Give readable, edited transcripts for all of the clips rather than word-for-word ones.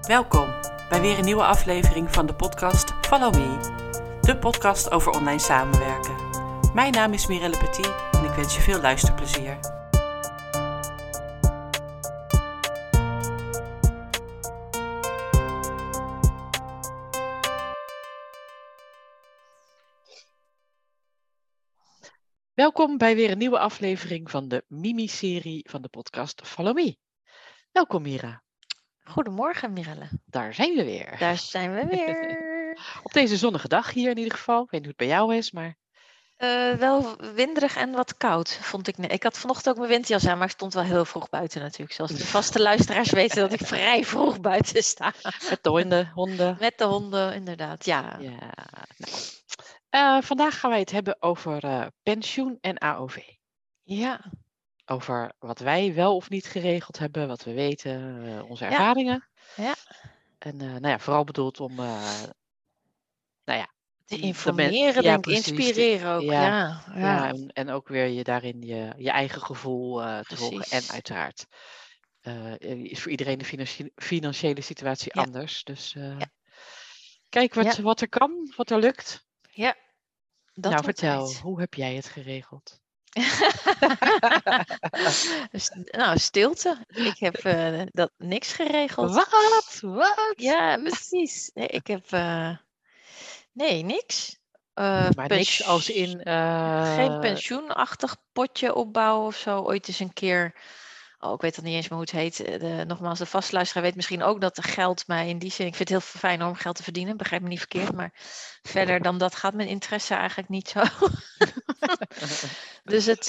Welkom bij weer een nieuwe aflevering van de podcast Follow Me, de podcast over online samenwerken. Mijn naam is Mirelle Petit en ik wens je veel luisterplezier. Welkom bij weer een nieuwe aflevering van de Mimi-serie van de podcast Follow Me. Welkom Mira. Goedemorgen, Mirelle. Daar zijn we weer. Daar zijn we weer. Op deze zonnige dag hier in ieder geval. Ik weet niet hoe het bij jou is, maar... Wel winderig en wat koud, vond ik. Ik had vanochtend ook mijn winterjas aan, maar ik stond wel heel vroeg buiten natuurlijk. Zoals de vaste luisteraars weten dat ik vrij vroeg buiten sta. Met de honden. Met de honden, inderdaad, ja. Vandaag gaan wij het hebben over pensioen en AOV. Ja. Over wat wij wel of niet geregeld hebben, wat we weten, onze ervaringen. Ja. En vooral bedoeld om te informeren, denk ik, inspireren ook. Ja, en ook weer je daarin je eigen gevoel te volgen. En uiteraard is voor iedereen de financiële situatie anders. Dus kijk wat er kan, wat er lukt. Ja, dat vertel, hoe heb jij het geregeld? Stilte. Ik heb niks geregeld. Wat? Ja, precies. Nee, ik heb... niks. Maar niks als in... Geen pensioenachtig potje opbouwen of zo. Ooit eens een keer... ik weet dan niet eens meer hoe het heet. Nogmaals, de vastluisteraar weet misschien ook dat geld mij in die zin... Ik vind het heel fijn om geld te verdienen, begrijp me niet verkeerd. Maar verder dan dat gaat mijn interesse eigenlijk niet zo. Dus het...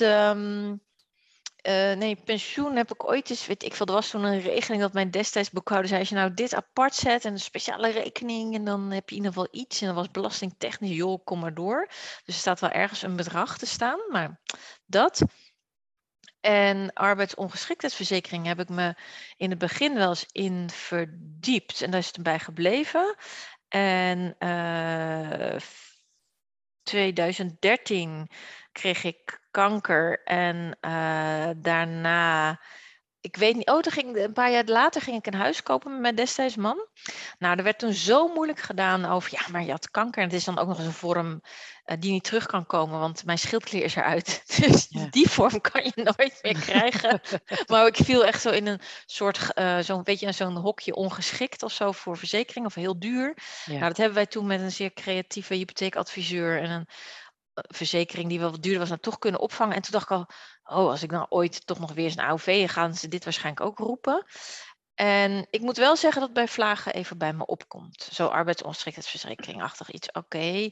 pensioen heb ik ooit eens, weet ik veel, er was toen een regeling dat mijn destijds boekhouder zei, als je nou dit apart zet en een speciale rekening en dan heb je in ieder geval iets en dat was belastingtechnisch, joh, kom maar door. Dus er staat wel ergens een bedrag te staan, maar dat. En arbeidsongeschiktheidsverzekering heb ik me in het begin wel eens in verdiept en daar is het bij gebleven. En 2013 kreeg ik kanker en daarna, ik weet niet, een paar jaar later ging ik een huis kopen met mijn destijds man. Nou, er werd toen zo moeilijk gedaan over, ja, maar je had kanker en het is dan ook nog eens een vorm die niet terug kan komen, want mijn schildklier is eruit. Dus die vorm kan je nooit meer krijgen. Maar ik viel echt zo in een soort, zo'n hokje ongeschikt of zo voor verzekering of heel duur. Ja. Nou, dat hebben wij toen met een zeer creatieve hypotheekadviseur en een verzekering die wel wat duurder was, nou toch kunnen opvangen. En toen dacht ik al, als ik nou ooit toch nog weer eens een AOV, gaan ze dit waarschijnlijk ook roepen. En ik moet wel zeggen dat bij vlagen even bij me opkomt. Zo arbeidsongeschiktheidsverzekering-achtig iets, oké.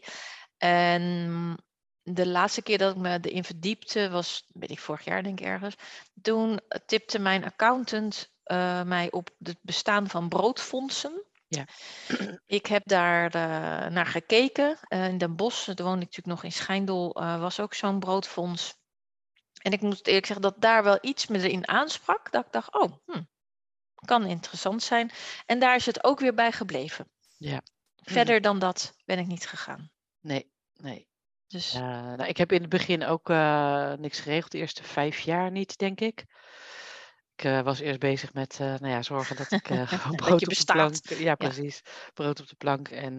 En de laatste keer dat ik me erin verdiepte was, weet ik, vorig jaar denk ik ergens. Toen tipte mijn accountant mij op het bestaan van broodfondsen. Ja. Ik heb daar naar gekeken. In Den Bosch, toen woonde ik natuurlijk nog in Schijndel, was ook zo'n broodfonds. En ik moet eerlijk zeggen dat daar wel iets me erin aansprak. Dat ik dacht, kan interessant zijn. En daar is het ook weer bij gebleven. Ja. Verder dan dat ben ik niet gegaan. Nee. Dus... ik heb in het begin ook niks geregeld. De eerste 5 jaar niet, denk ik. Ik was eerst bezig met zorgen dat ik gewoon brood op de plank... Ja, precies. Ja. Brood op de plank en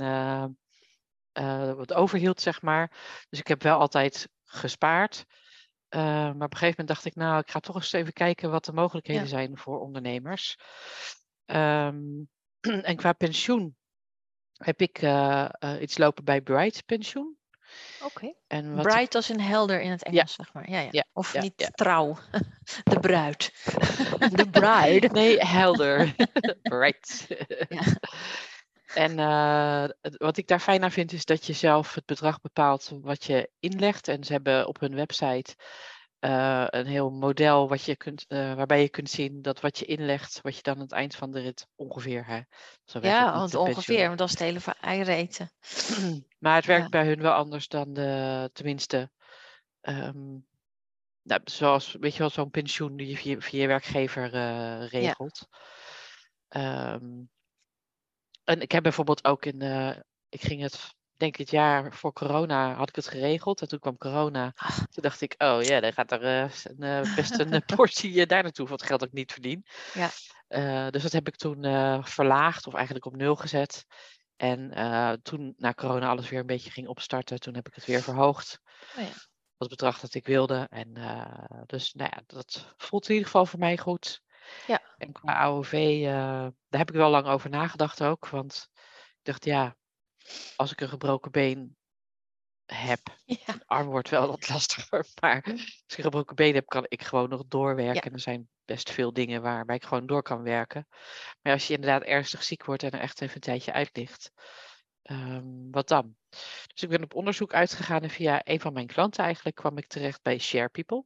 wat overhield, zeg maar. Dus ik heb wel altijd gespaard. Maar op een gegeven moment dacht ik, ik ga toch eens even kijken wat de mogelijkheden zijn voor ondernemers. En qua pensioen heb ik iets lopen bij Bright Pensioen. Oké. Bright als in helder in het Engels, zeg maar. Ja. Of niet trouw. De bruid. De bride. Nee, helder. Bright. En wat ik daar fijn aan vind is dat je zelf het bedrag bepaalt wat je inlegt. En ze hebben op hun website een heel model waarbij je kunt zien dat wat je inlegt, wat je dan aan het eind van de rit ongeveer... want ongeveer, want dat is het hele eireten. Maar het werkt bij hun wel anders dan tenminste... zoals, weet je wel, zo'n pensioen die je via je werkgever regelt. En ik heb bijvoorbeeld ook ik ging het denk het jaar voor corona had ik het geregeld. En toen kwam corona. Ach. Toen dacht ik, oh ja, dan gaat er best een portie daar naartoe voor het geld dat ik niet verdien. Ja. Dus dat heb ik toen verlaagd of eigenlijk op 0 gezet. En toen na corona alles weer een beetje ging opstarten, toen heb ik het weer verhoogd. Oh ja. Het bedrag dat ik wilde. En dus nou ja, dat voelt in ieder geval voor mij goed. Ja. En qua AOV, daar heb ik wel lang over nagedacht ook. Want ik dacht, ja, als ik een gebroken been heb, Ja. een arm wordt wel wat lastiger, maar als ik een gebroken been heb, kan ik gewoon nog doorwerken. Ja. En er zijn best veel dingen waarbij ik gewoon door kan werken. Maar als je inderdaad ernstig ziek wordt en er echt even een tijdje uit ligt, wat dan? Dus ik ben op onderzoek uitgegaan en via een van mijn klanten eigenlijk kwam ik terecht bij Share People.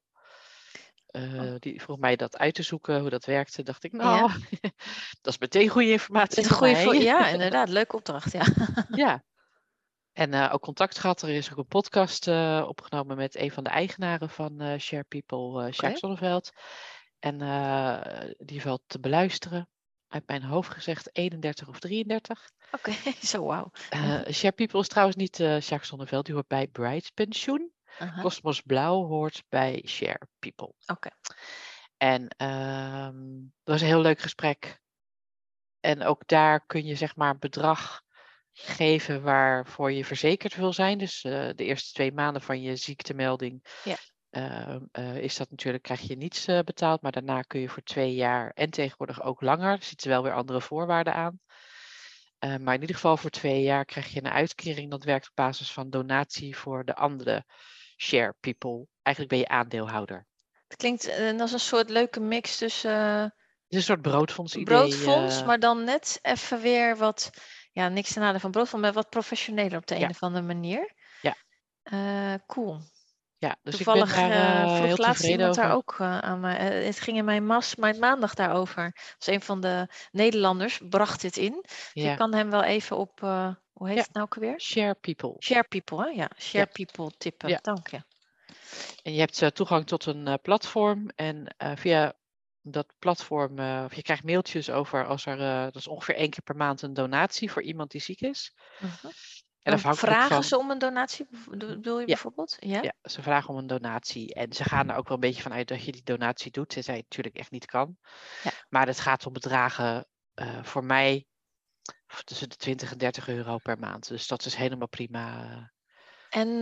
Die vroeg mij dat uit te zoeken, hoe dat werkte. Dacht ik, Ja. nou, dat is meteen goede Dat informatie is een voor goede mij. ja, inderdaad. Leuke opdracht, ja. Ja. En ook contact gehad. Er is ook een podcast opgenomen met een van de eigenaren van Share People, Sjaak Oké. Zonneveld. En die valt te beluisteren. Uit mijn hoofd gezegd 31 of 33. Oké, zo wauw. Share People is trouwens niet Sjaak Zonneveld. Die hoort bij Bright Pensioen. Aha. Cosmos Blauw hoort bij Share People. Oké. En dat was een heel leuk gesprek. En ook daar kun je zeg maar bedrag geven waarvoor je verzekerd wil zijn. Dus de eerste 2 maanden van je ziektemelding Ja. is dat natuurlijk, krijg je niets betaald. Maar daarna kun je voor 2 jaar en tegenwoordig ook langer. Er zitten wel weer andere voorwaarden aan. Maar in ieder geval voor 2 jaar krijg je een uitkering. Dat werkt op basis van donatie voor de andere Share People. Eigenlijk ben je aandeelhouder. Het klinkt als een soort leuke mix tussen Het is een soort broodfonds-idee. broodfonds, maar dan net even weer wat, ja, niks ten nadele van broodfonds, maar wat professioneler op de Ja. een of andere manier. Ja. Cool. Ja, dus Toevallig ik ben daar vroeg heel laatst tevreden iemand daar over. ook aan mij. Het ging in mijn maandag daarover. Dus een van de Nederlanders bracht dit in. Dus je Ja. kan hem wel even op, hoe heet Ja. het nou ook weer? Share People. Share People, hè? Ja, Share People tippen. Ja. Dank je. En je hebt toegang tot een platform. En via dat platform, of je krijgt mailtjes over als er, dat is ongeveer 1 keer per maand een donatie voor iemand die ziek is. En Dan afhankelijk vragen van. ze om een donatie, bedoel je Ja. bijvoorbeeld? Ja? Ja, ze vragen om een donatie. En ze gaan er ook wel een beetje van uit dat je die donatie doet. Tenzij het natuurlijk echt niet kan. Ja. Maar het gaat om bedragen voor mij tussen de 20 en 30 euro per maand. Dus dat is helemaal prima. En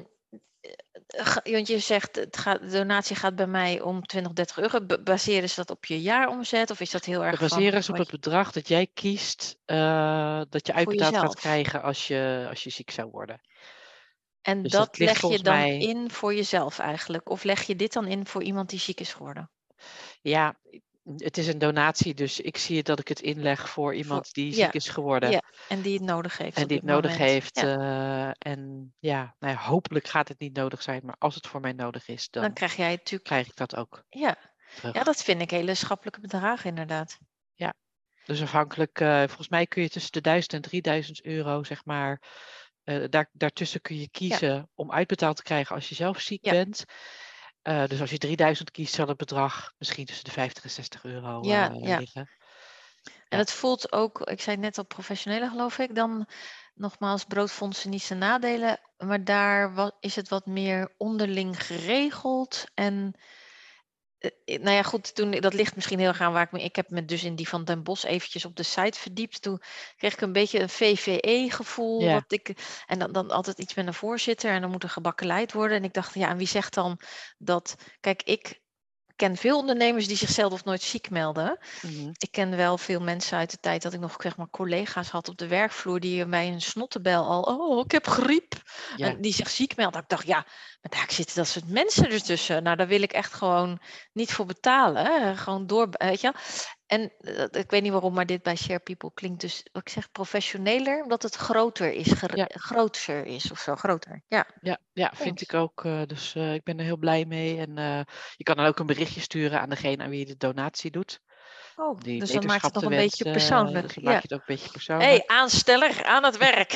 want je zegt, de donatie gaat bij mij om 20, 30 euro. Baseren ze dat op je jaaromzet of is dat heel We erg van baseren ze op wat het bedrag dat jij kiest dat je voor uitbetaald gaat jezelf? krijgen als je ziek zou worden. En Dus dat dat ligt leg je volgens dan mij. in voor jezelf eigenlijk? Of leg je dit dan in voor iemand die ziek is geworden? Ja, het is een donatie, dus ik zie het dat ik het inleg voor iemand die ziek is geworden. Ja, en die het nodig heeft En op die dit het nodig moment. heeft. Ja. En ja, nou ja, hopelijk gaat het niet nodig zijn. Maar als het voor mij nodig is, Dan dan krijg jij het natuurlijk. krijg ik dat ook Ja. terug. Ja, dat vind ik hele schappelijke bedragen inderdaad. Ja, dus afhankelijk, volgens mij kun je tussen de 1000 en 3000 euro, zeg maar, daartussen kun je kiezen om uitbetaald te krijgen als je zelf ziek Ja. bent. Dus als je 3000 kiest, zal het bedrag misschien tussen de 50 en 60 euro liggen. En het voelt ook, ik zei het net al, professioneler geloof ik, dan nogmaals broodfondsen niet zijn nadelen, maar daar is het wat meer onderling geregeld. En nou ja, goed, dat ligt misschien heel erg aan waar ik heb me dus in die van Den Bosch eventjes op de site verdiept. Toen kreeg ik een beetje een VVE-gevoel. Ja. En dan altijd iets met een voorzitter en dan moet er gebakkeleid worden. En ik dacht, ja, en wie zegt dan dat. Kijk, ik ken veel ondernemers die zichzelf nog nooit ziek melden. Ik ken wel veel mensen uit de tijd dat ik nog zeg maar collega's had op de werkvloer die bij een snottenbel al, oh, ik heb griep. Ja. En die zich ziek melden. Ik dacht, ja, maar daar zitten dat soort mensen ertussen. Nou, daar wil ik echt gewoon niet voor betalen. Hè? Gewoon door, weet je. En ik weet niet waarom, maar dit bij Share People klinkt dus, wat ik zeg, professioneler, omdat het groter is, groter is of zo, groter. Ja, vind ik ook. Dus ik ben er heel blij mee. En je kan dan ook een berichtje sturen aan degene aan wie je de donatie doet. Oh, Die dus dan maakt het wetenschap nog te een beetje wensen. persoonlijk. Dus dan maak je het ook een beetje persoonlijk. Hey, aansteller, aan het werk.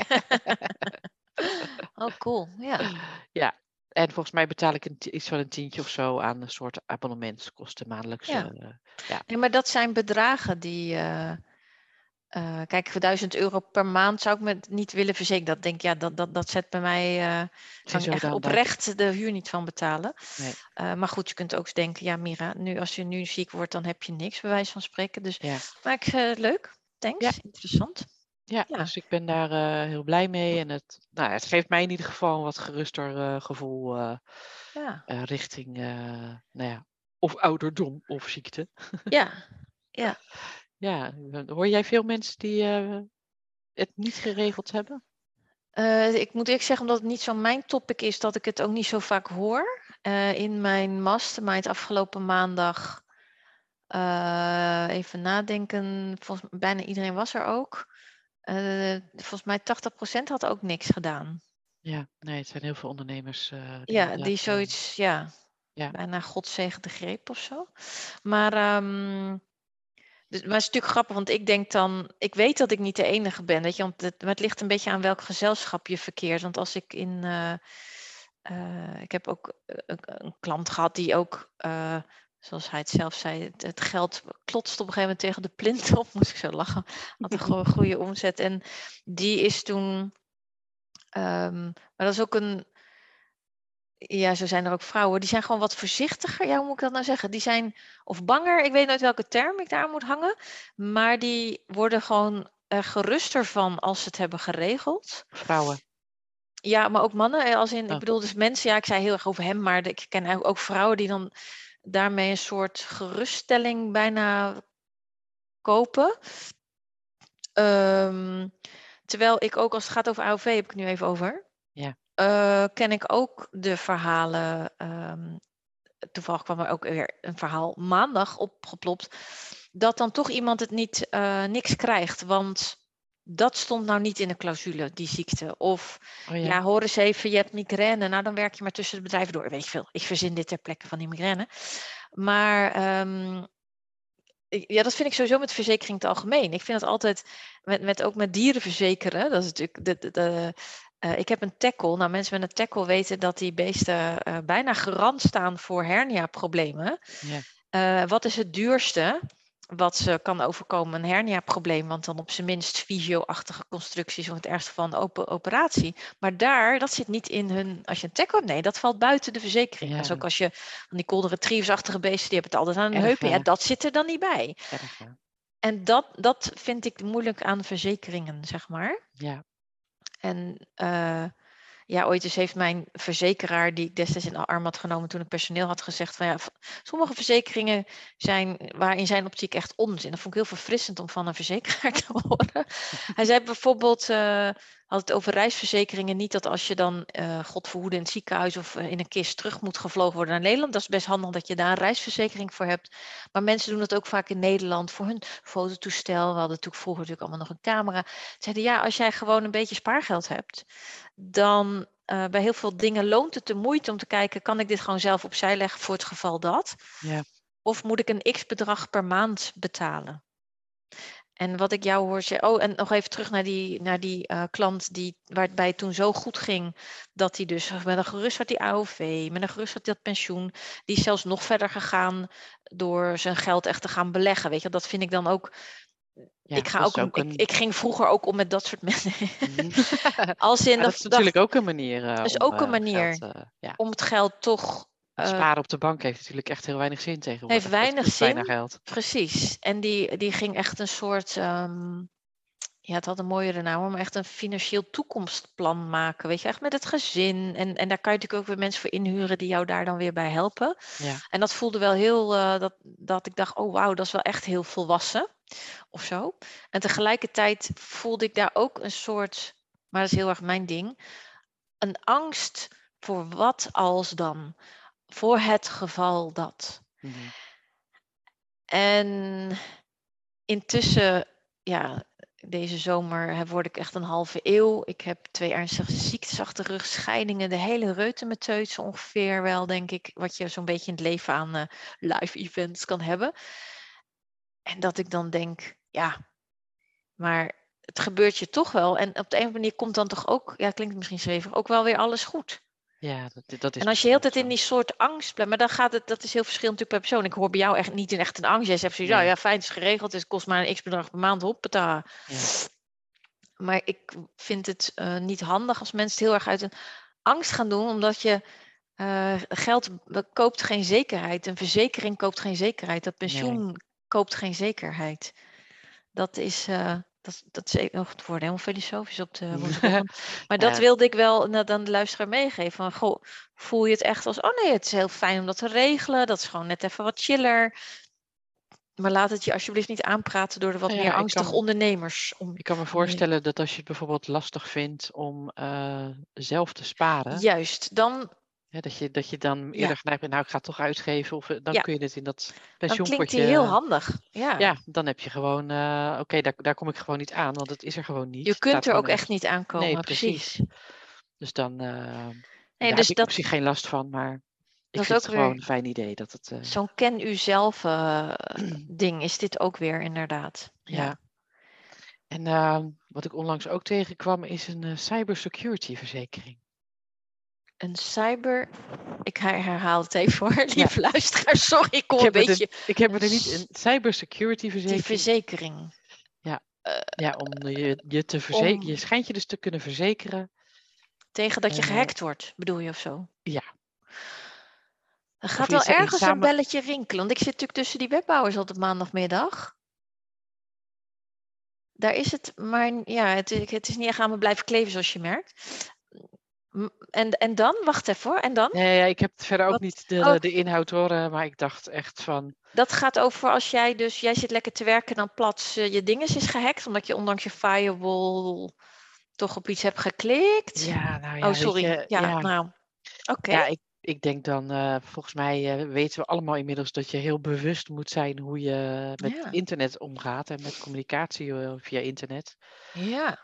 Oh, cool. Ja. Ja, en volgens mij betaal ik iets van een tientje of zo aan een soort abonnementskosten maandelijks. Ja. Nee, maar dat zijn bedragen die Kijk, voor €1000 per maand zou ik me niet willen verzekeren. Dat denk ik, ja, dat zet bij mij, kan ik echt oprecht de huur niet van betalen. Nee. Maar goed, je kunt ook eens denken, ja Mira, als je nu ziek wordt, dan heb je niks, bij wijze van spreken. Dus, maar leuk, thanks, interessant. Ja, dus ik ben daar heel blij mee. En het geeft mij in ieder geval een wat geruster gevoel richting of ouderdom of ziekte. Ja. Ja, hoor jij veel mensen die het niet geregeld hebben? Ik moet eerlijk zeggen, omdat het niet zo mijn topic is, dat ik het ook niet zo vaak hoor. In mijn mastermind afgelopen maandag, even nadenken, volgens mij bijna iedereen was er ook. Volgens mij 80% had ook niks gedaan. Ja, nee, het zijn heel veel ondernemers. Die zoiets, bijna godzegende greep of zo. Maar maar het is natuurlijk grappig, want ik denk dan, ik weet dat ik niet de enige ben, weet je, want het ligt een beetje aan welk gezelschap je verkeert. Want als ik ik heb ook een klant gehad die ook, zoals hij het zelf zei, het geld klotst op een gegeven moment tegen de plint op, moest ik zo lachen. Had een goede omzet en die is toen, maar dat is ook zo zijn er ook vrouwen, die zijn gewoon wat voorzichtiger. Ja, hoe moet ik dat nou zeggen? Die zijn, of banger, ik weet nooit welke term ik daar aan moet hangen. Maar die worden gewoon geruster van als ze het hebben geregeld. Vrouwen. Ja, maar ook mannen. Ik bedoel dus mensen, ja, ik zei heel erg over hem, maar ik ken eigenlijk ook vrouwen die dan daarmee een soort geruststelling bijna kopen. Terwijl ik ook, als het gaat over AOV, heb ik het nu even over. Ja. Ken ik ook de verhalen. Toevallig kwam er ook weer een verhaal maandag opgeplopt. Dat dan toch iemand het niet niks krijgt. Want dat stond nou niet in de clausule, die ziekte. Of hoor eens even, je hebt migraine. Nou, dan werk je maar tussen de bedrijven door. Weet je veel, ik verzin dit ter plekke van die migraine. Maar dat vind ik sowieso met verzekering in het algemeen. Ik vind het altijd, ook met dieren verzekeren. Dat is natuurlijk ik heb een tackle. Nou, mensen met een tackle weten dat die beesten bijna garant staan voor hernia-problemen. Wat is het duurste wat ze kan overkomen? Een hernia-probleem, want dan op zijn minst fysio-achtige constructies of het ergste van een operatie. Maar dat zit niet in als je een tackle hebt. Nee, dat valt buiten de verzekering. Ja. Dat is ook als je van die golden retrievers-achtige beesten, die hebben het altijd aan hun heupen. Ja, dat zit er dan niet bij. En dat vind ik moeilijk aan verzekeringen, zeg maar. Ja. En ooit eens heeft mijn verzekeraar, die ik destijds in de arm had genomen toen ik personeel had gezegd van sommige verzekeringen waren in zijn optiek echt onzin. Dat vond ik heel verfrissend om van een verzekeraar te horen. Hij zei bijvoorbeeld, had het over reisverzekeringen, niet dat als je dan, God verhoede, in het ziekenhuis of in een kist terug moet gevlogen worden naar Nederland. Dat is best handig dat je daar een reisverzekering voor hebt. Maar mensen doen dat ook vaak in Nederland voor hun fototoestel. We hadden natuurlijk vroeger allemaal nog een camera. Zeiden als jij gewoon een beetje spaargeld hebt, dan bij heel veel dingen loont het de moeite om te kijken, kan ik dit gewoon zelf opzij leggen voor het geval dat? Ja. Of moet ik een x-bedrag per maand betalen? En wat ik jou hoor zeggen, en nog even terug naar die klant waarbij het toen zo goed ging, dat hij dus met een gerust had die AOV, met een gerust had dat pensioen, die is zelfs nog verder gegaan door zijn geld echt te gaan beleggen. Weet je, dat vind ik dan ook. Ja, ik ging vroeger ook om met dat soort mensen. Als in dat is natuurlijk ook een manier. Dat is ook een manier om het geld toch. Sparen op de bank heeft natuurlijk echt heel weinig zin tegenwoordig. Heeft weinig zin. Bijna geld. Precies. En die ging echt een soort. Het had een mooiere naam, maar echt een financieel toekomstplan maken. Weet je, echt met het gezin. En daar kan je natuurlijk ook weer mensen voor inhuren die jou daar dan weer bij helpen. Ja. En dat voelde wel heel, dat ik dacht, oh wauw, dat is wel echt heel volwassen. Of zo. En tegelijkertijd voelde ik daar ook een soort, maar dat is heel erg mijn ding, een angst voor wat als dan. Voor het geval dat. Mm-hmm. En intussen, deze zomer word ik echt een halve eeuw. Ik heb 2 ernstige ziektes achter de rug, scheidingen, de hele reutemeteut zo ongeveer wel, denk ik, wat je zo'n beetje in het leven aan live events kan hebben. En dat ik dan denk, maar het gebeurt je toch wel. En op de een of andere manier komt dan toch ook, klinkt misschien zweverig, ook wel weer alles goed. Ja, dat is En als je heel misschien tijd in zo. die soort angst blijft, maar dan gaat het, dat is heel verschillend natuurlijk per persoon. Ik hoor bij jou echt niet echt een angst. Jij zegt zoiets, Nee. ja, fijn, het is geregeld, het kost maar een x-bedrag per maand, hoppata. Ja. Maar ik vind het niet handig als mensen het heel erg uit een angst gaan doen, omdat je geld koopt geen zekerheid. Een verzekering koopt geen zekerheid. Dat Nee. pensioen koopt geen zekerheid. Dat is, dat is het wordt helemaal filosofisch op de woensdagochtend. Maar dat wilde ik wel dan de luisteraar meegeven. Van, goh, voel je het echt als, oh nee, het is heel fijn om dat te regelen. Dat is gewoon net even wat chiller. Maar laat het je alsjeblieft niet aanpraten door de wat meer angstige ondernemers. Ik kan me voorstellen dat als je het bijvoorbeeld lastig vindt om zelf te sparen. Juist, dan... Dat je dan eerder geneigd bent, nou ik ga het toch uitgeven. Of dan kun je het in dat pensioenpotje. Dan klinkt die heel handig. Ja, dan heb je gewoon, oké, daar kom ik gewoon niet aan, want het is er gewoon niet. je kunt er ook echt niet aankomen, Nee, precies. Dus dan Nee, heb ik op zich geen last van, maar ik vind het gewoon een fijn idee. Zo'n ken u zelf ding is dit ook weer inderdaad. Ja. En wat ik onlangs ook tegenkwam is een cybersecurity verzekering. Een ik herhaal het even voor, lieve luisteraar. Sorry, ik kom een beetje... Ik heb er niet een cybersecurity verzekering. Die verzekering. Ja, om je te verzekeren. Je schijnt je dus te kunnen verzekeren. Tegen dat je gehackt wordt, bedoel je of zo? Ja. Er gaat wel ergens een belletje rinkelen. Want ik zit natuurlijk tussen die webbouwers altijd maandagmiddag. Daar is het, maar ja, het is niet echt aan me blijven kleven zoals je merkt. En dan? Wacht even hoor. En dan? Nee, ik heb verder ook niet de inhoud horen, maar ik dacht echt van... Dat gaat over als jij zit lekker te werken en dan plots je dinges is gehackt, omdat je ondanks je firewall toch op iets hebt geklikt. Ja, nou ja. Oh, sorry. Oké. Ja, ik denk dan, volgens mij weten we allemaal inmiddels dat je heel bewust moet zijn hoe je met internet omgaat en met communicatie via internet. Ja.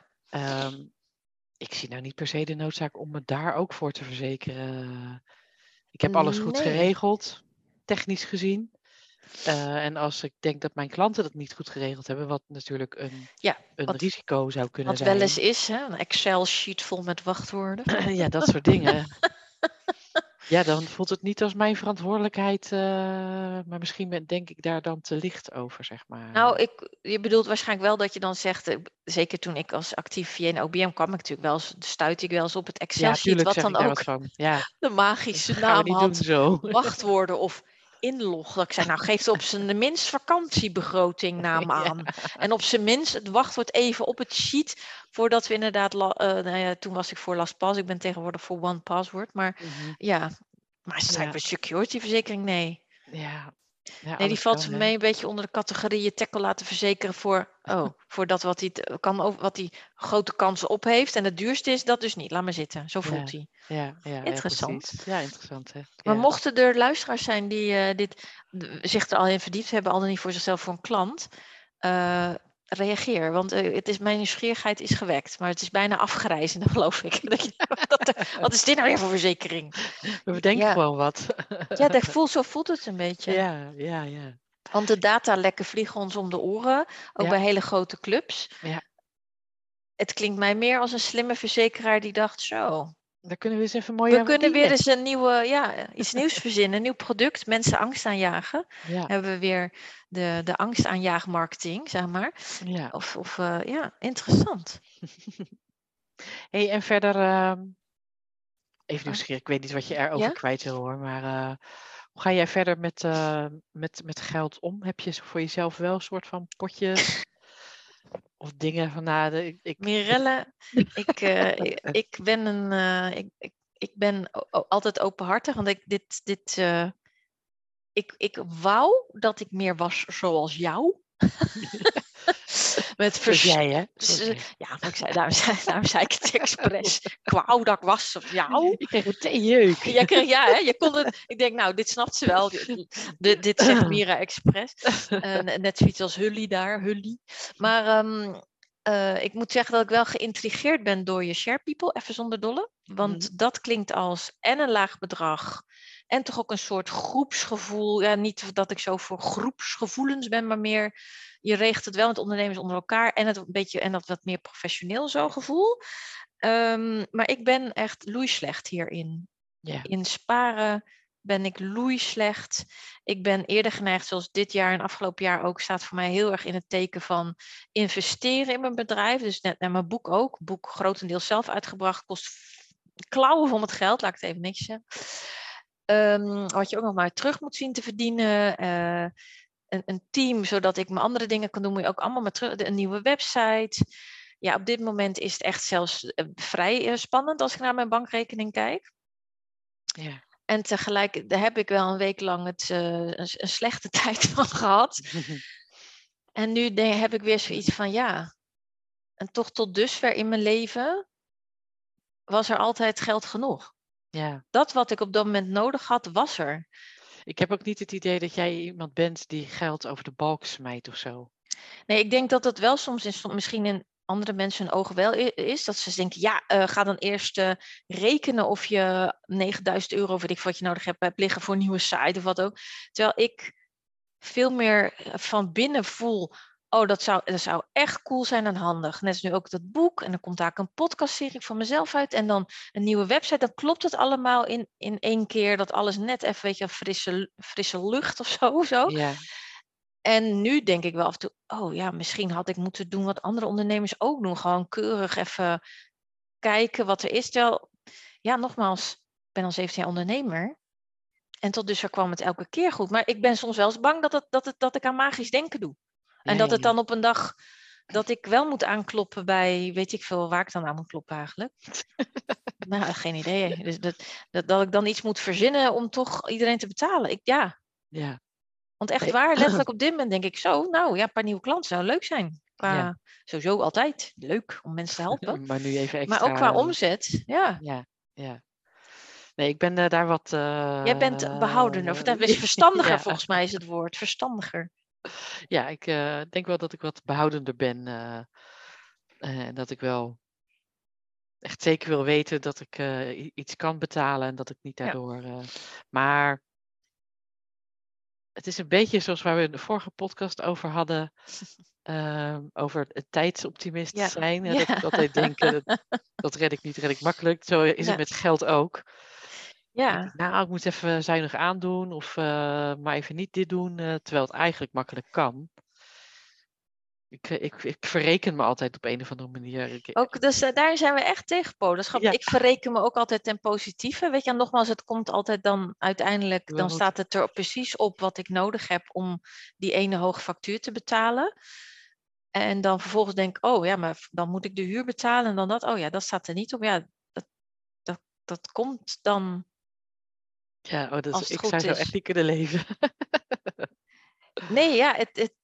Ik zie nou niet per se de noodzaak om me daar ook voor te verzekeren. Ik heb alles goed geregeld, technisch gezien. En als ik denk dat mijn klanten dat niet goed geregeld hebben, wat natuurlijk een risico zou kunnen zijn. Wat wel eens is, hè? Een Excel-sheet vol met wachtwoorden. Ja, dat soort dingen. Ja, dan voelt het niet als mijn verantwoordelijkheid, maar misschien denk ik daar dan te licht over, zeg maar. Nou, je bedoelt waarschijnlijk wel dat je dan zegt, zeker toen ik als actief via een OBM kwam, stuitte ik wel eens op het Excel-sheet, wat dan ook de magische naam had, wachtwoorden of inlog. Dat ik zei, nou geef op zijn minst vakantiebegroting naam aan. En op zijn minst het wachtwoord even op het sheet, voordat we inderdaad, toen was ik voor LastPass, ik ben tegenwoordig voor OnePassword, maar maar cybersecurity verzekering, nee. Ja. Nee, die valt voor mij een beetje onder de categorie je tackle laten verzekeren voor dat wat die grote kansen op heeft. En het duurste is dat dus niet. Laat maar zitten. Zo voelt hij. Ja, interessant. Ja, interessant. Hè? Maar mochten er luisteraars zijn die zich er al in verdiept hebben, al dan niet voor zichzelf voor een klant, reageer. Want mijn nieuwsgierigheid is gewekt. Maar het is bijna afgereisd, geloof ik. Wat is dit nou weer voor verzekering? We bedenken gewoon wat. Ja, zo voelt het een beetje. Ja. Want de datalekken vliegen ons om de oren. Ook bij hele grote clubs. Ja. Het klinkt mij meer als een slimme verzekeraar die dacht, zo. Daar kunnen we eens even mooi aan We kunnen weer eens een iets nieuws verzinnen. Een nieuw product. Mensen angst aanjagen. Hebben we weer de angstaanjaagmarketing, zeg maar. Ja. Interessant. Hey, en verder... Even nieuwsgierig, ik weet niet wat je erover kwijt wil hoor, maar hoe ga jij verder met geld om? Heb je voor jezelf wel een soort van potjes of dingen van Mirelle, ik ben altijd openhartig, want ik wou dat ik meer was zoals jou. Jij, hè? Ja, maar daarom zei ik het expres. Ik wou dat ik was zoals jou. Ik kreeg meteen jeuk. Je kon het. Ik denk, nou, dit snapt ze wel. Dit zegt Mira expres. Net zoiets als Hully daar, Hully. Maar ik moet zeggen dat ik wel geïntrigeerd ben door je share people, even zonder dolle. Want dat klinkt als en een laag bedrag en toch ook een soort groepsgevoel. Ja, niet dat ik zo voor groepsgevoelens ben, maar meer je regelt het wel met ondernemers onder elkaar en dat wat meer professioneel zo gevoel. Maar ik ben echt loeislecht hierin. Ja. In sparen ben ik loeislecht. Ik ben eerder geneigd, zoals dit jaar en afgelopen jaar ook, staat voor mij heel erg in het teken van investeren in mijn bedrijf. Dus net naar mijn boek ook. Boek grotendeels zelf uitgebracht, kost klauwen van het geld, laat ik het even niks zeggen. Wat je ook nog maar terug moet zien te verdienen. Een team, zodat ik mijn andere dingen kan doen, moet je ook allemaal maar terug. Een nieuwe website. Ja, op dit moment is het echt zelfs vrij spannend als ik naar mijn bankrekening kijk. Ja. En tegelijk, daar heb ik wel een week lang een slechte tijd van gehad. En nu heb ik weer zoiets van, ja. En toch tot dusver in mijn leven was er altijd geld genoeg. Ja. Dat wat ik op dat moment nodig had, was er. Ik heb ook niet het idee dat jij iemand bent die geld over de balk smijt of zo. Nee, ik denk dat het wel soms misschien in andere mensen hun ogen wel is. Dat ze denken, ja, ga dan eerst rekenen of je 9.000 euro, weet ik wat je nodig hebt liggen voor een nieuwe site of wat ook. Terwijl ik veel meer van binnen voel, oh, dat zou echt cool zijn en handig. Net als nu ook dat boek. En dan komt daar ook een podcastserie van mezelf uit. En dan een nieuwe website. Dan klopt het allemaal in één keer. Dat alles net even, weet je, frisse lucht of zo. Ja. En nu denk ik wel af en toe, oh ja, misschien had ik moeten doen wat andere ondernemers ook doen. Gewoon keurig even kijken wat er is. Terwijl, ja, nogmaals, ik ben al 17 jaar ondernemer. En tot dusver kwam het elke keer goed. Maar ik ben soms wel eens bang dat ik aan magisch denken doe. En dat het dan op een dag dat ik wel moet aankloppen bij, weet ik veel waar ik dan aan moet kloppen eigenlijk. Nou, geen idee. Dus dat ik dan iets moet verzinnen om toch iedereen te betalen. Ja. Want echt waar, letterlijk op dit moment denk ik zo, nou ja, een paar nieuwe klanten zou leuk zijn. Sowieso altijd leuk om mensen te helpen. Maar nu even extra. Maar ook qua omzet, ja. Ja. Nee, ik ben daar wat... Jij bent behoudener, of dat is verstandiger volgens mij is het woord, verstandiger. Ja, ik denk wel dat ik wat behoudender ben. En dat ik wel echt zeker wil weten dat ik iets kan betalen en dat ik niet daardoor... maar het is een beetje zoals waar we in de vorige podcast over hadden. Over het tijdsoptimist zijn. Dat ik altijd denk, dat red ik niet, red ik makkelijk. Zo is het met geld ook. Ja. Ik moet even zuinig aandoen of maar even niet dit doen, terwijl het eigenlijk makkelijk kan. Ik verreken me altijd op een of andere manier. Ook, dus daar zijn we echt tegenpolen. Ja. Ik verreken me ook altijd ten positieve. Weet je, en nogmaals, het komt altijd dan uiteindelijk, dan staat het er precies op wat ik nodig heb om die ene hoge factuur te betalen. En dan vervolgens denk ik, oh ja, maar dan moet ik de huur betalen en dan dat. Oh ja, dat staat er niet op. Ja, dat komt dan. Ja, als het ik goed zou zo echt niet kunnen leven. Nee, ja,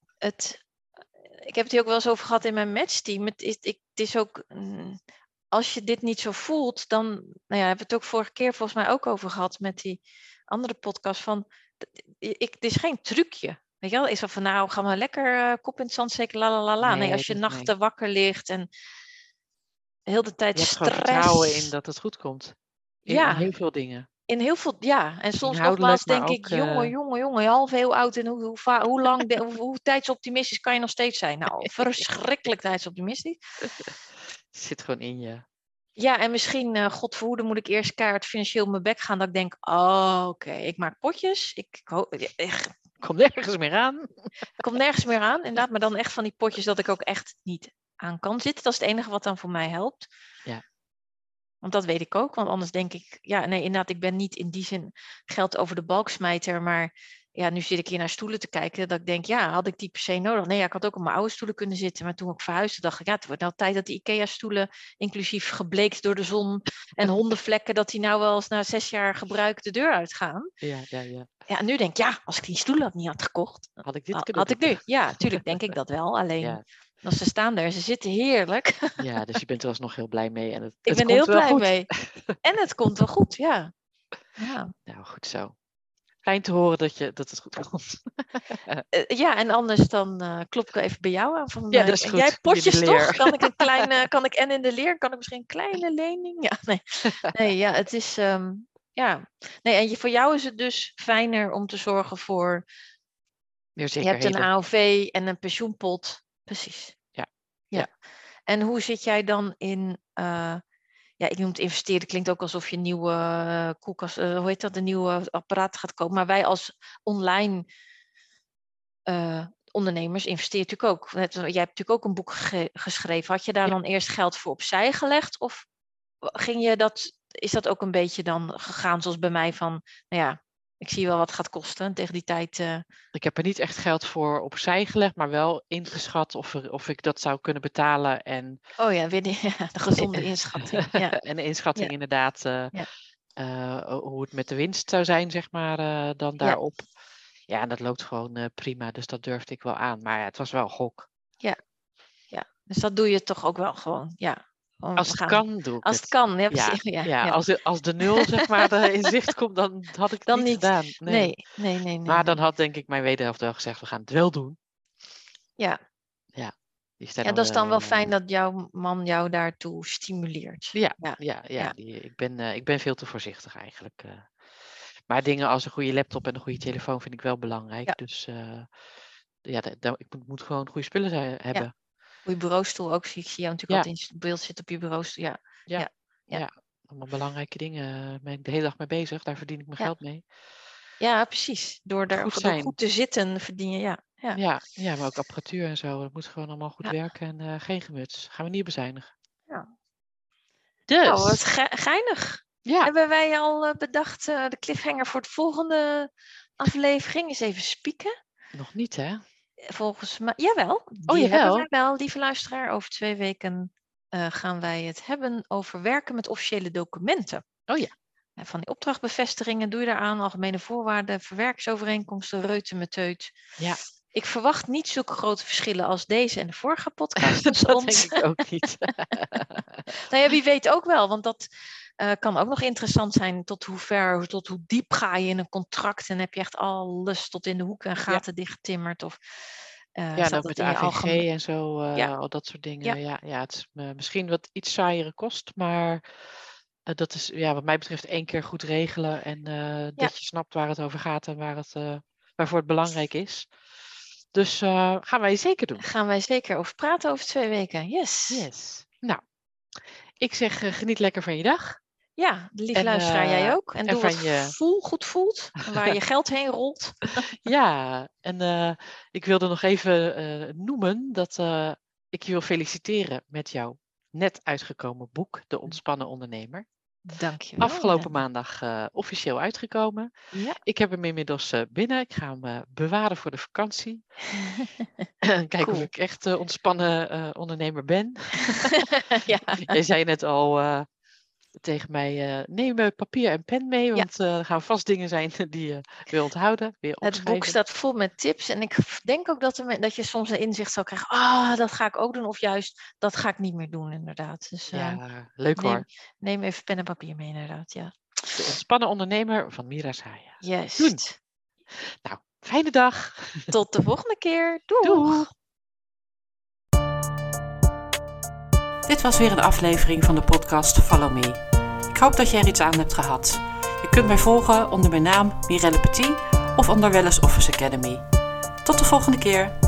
ik heb het hier ook wel eens over gehad in mijn matchteam. Het is ook, als je dit niet zo voelt, dan, nou ja, hebben we het ook vorige keer volgens mij ook over gehad met die andere podcast van, het is geen trucje. Weet je wel, is van nou, gaan we lekker kop in het zand steken, la la la la. Nee, als je nachten wakker ligt en heel de tijd je hebt stress. gewoon vertrouwen in dat het goed komt. In heel veel dingen. In heel veel, ja. En soms nogmaals denk ik, jongen, half heel oud en hoe lang, hoe tijdsoptimistisch kan je nog steeds zijn? Nou, verschrikkelijk tijdsoptimistisch. Zit gewoon in je. Ja, en misschien, God verhoede, moet ik eerst kaart financieel mijn bek gaan. Dat ik denk, oké, ik maak potjes. Ik kom nergens meer aan. Kom nergens meer aan, inderdaad. Maar dan echt van die potjes dat ik ook echt niet aan kan zitten. Dat is het enige wat dan voor mij helpt. Ja. Want dat weet ik ook, want anders denk ik, ja, nee, inderdaad, ik ben niet in die zin geld over de balksmijter, maar ja, nu zit ik hier naar stoelen te kijken, dat ik denk, ja, had ik die per se nodig? Nee, ja, ik had ook op mijn oude stoelen kunnen zitten, maar toen ik verhuisde, dacht ik, ja, het wordt nou tijd dat die IKEA-stoelen, inclusief gebleekt door de zon en hondenvlekken, dat die nou wel eens na 6 jaar gebruik de deur uitgaan. Ja. Ja, en nu denk ik, ja, als ik die stoelen niet had gekocht, had ik dit kunnen doen. Had ik nu. Ja, tuurlijk denk ik dat wel, alleen... Als ze staan daar, ze zitten heerlijk. Ja, dus je bent er alsnog heel blij mee. En ik ben er heel blij mee. En het komt wel goed, ja. Nou, goed zo. Fijn te horen dat het goed komt. Ja, en anders dan klop ik even bij jou aan. Ja, dat is goed. Jij potjes toch? Kan ik en in de leer? Kan ik misschien een kleine lening? Ja, nee, ja, het is... ja. Nee, en voor jou is het dus fijner om te zorgen voor... Je hebt een AOV en een pensioenpot. Precies. Ja. En hoe zit jij dan in ik noem het investeren, klinkt ook alsof je een nieuwe koelkast, hoe heet dat, een nieuwe apparaat gaat kopen. Maar wij als online ondernemers investeren natuurlijk ook. Jij hebt natuurlijk ook een boek geschreven. Had je daar dan eerst geld voor opzij gelegd? Of is dat ook een beetje dan gegaan zoals bij mij van, ik zie wel wat het gaat kosten tegen die tijd. Ik heb er niet echt geld voor opzij gelegd, maar wel ingeschat of ik dat zou kunnen betalen. En, weer de gezonde inschatting. Ja. En de inschatting inderdaad, hoe het met de winst zou zijn, zeg maar, dan daarop. Ja, en dat loopt gewoon prima, dus dat durfde ik wel aan. Maar het was wel gok. Ja, dus dat doe je toch ook wel gewoon, Als het kan, doe ik als het kan, ja, precies. Ja. Als de nul, zeg maar, in zicht komt, dan had ik het niet gedaan. Nee. Maar dan had denk ik mijn wederhelft wel gezegd, we gaan het wel doen. Ja. Ja, dat is dan wel fijn dat jouw man jou daartoe stimuleert. Ik ben veel te voorzichtig eigenlijk. Maar dingen als een goede laptop en een goede telefoon vind ik wel belangrijk. Ja. Dus ik moet gewoon goede spullen hebben. Goede bureaustoel ook. Ik zie jou natuurlijk altijd in beeld zitten op je bureaustoel. Ja. Allemaal belangrijke dingen. Ben ik de hele dag mee bezig. Daar verdien ik mijn geld mee. Ja, precies. Door goed te zitten verdien je, Ja, maar ook apparatuur en zo. Dat moet gewoon allemaal goed werken en geen gemuts. Gaan we niet bezuinigen. Ja. Dus. Nou, wat geinig. Ja. Hebben wij al bedacht de cliffhanger voor de volgende aflevering? Eens even spieken. Nog niet, hè? Volgens mij, jawel. Die hebben wij wel, lieve luisteraar. Over 2 weken gaan wij het hebben over werken met officiële documenten. Oh ja. Van die opdrachtbevestigingen doe je daaraan, algemene voorwaarden, verwerkingsovereenkomsten, reutemeteut. Ja. Ik verwacht niet zulke grote verschillen als deze en de vorige podcast. Dat denk ik ook niet. Wie weet ook wel, want dat kan ook nog interessant zijn. Tot hoe diep ga je in een contract en heb je echt alles tot in de hoeken en gaten dichtgetimmerd? Of en ook met de AVG en zo, al dat soort dingen. Ja, het is misschien wat iets saaiere kost, maar dat is wat mij betreft 1 keer goed regelen en dat je snapt waar het over gaat en waarvoor het belangrijk is. Dus gaan wij zeker doen. Gaan wij zeker over praten over 2 weken. Yes. Nou, ik zeg geniet lekker van je dag. Ja, lieve luisteraar, jij ook. En doe wat goed voelt, waar je geld heen rolt. Ja, en ik wilde nog even noemen dat ik je wil feliciteren met jouw net uitgekomen boek, De Ontspannen Ondernemer. Dank je wel. Afgelopen maandag officieel uitgekomen. Ja. Ik heb hem inmiddels binnen. Ik ga hem bewaren voor de vakantie. Kijken of ik echt ontspannen ondernemer ben. Jij zei net al tegen mij, neem papier en pen mee, want er gaan vast dingen zijn die je wil onthouden. Het boek staat vol met tips en ik denk ook dat je soms een inzicht zal krijgen, dat ga ik ook doen, of juist, dat ga ik niet meer doen, inderdaad. Dus, leuk hoor. Neem even pen en papier mee, inderdaad, ja. De Ontspannen Ondernemer van Mira Saya. Juist. Doen. Nou, fijne dag. Tot de volgende keer. Doeg. Dit was weer een aflevering van de podcast Follow Me. Ik hoop dat je er iets aan hebt gehad. Je kunt mij volgen onder mijn naam Mirelle Petit of onder Wellness Office Academy. Tot de volgende keer.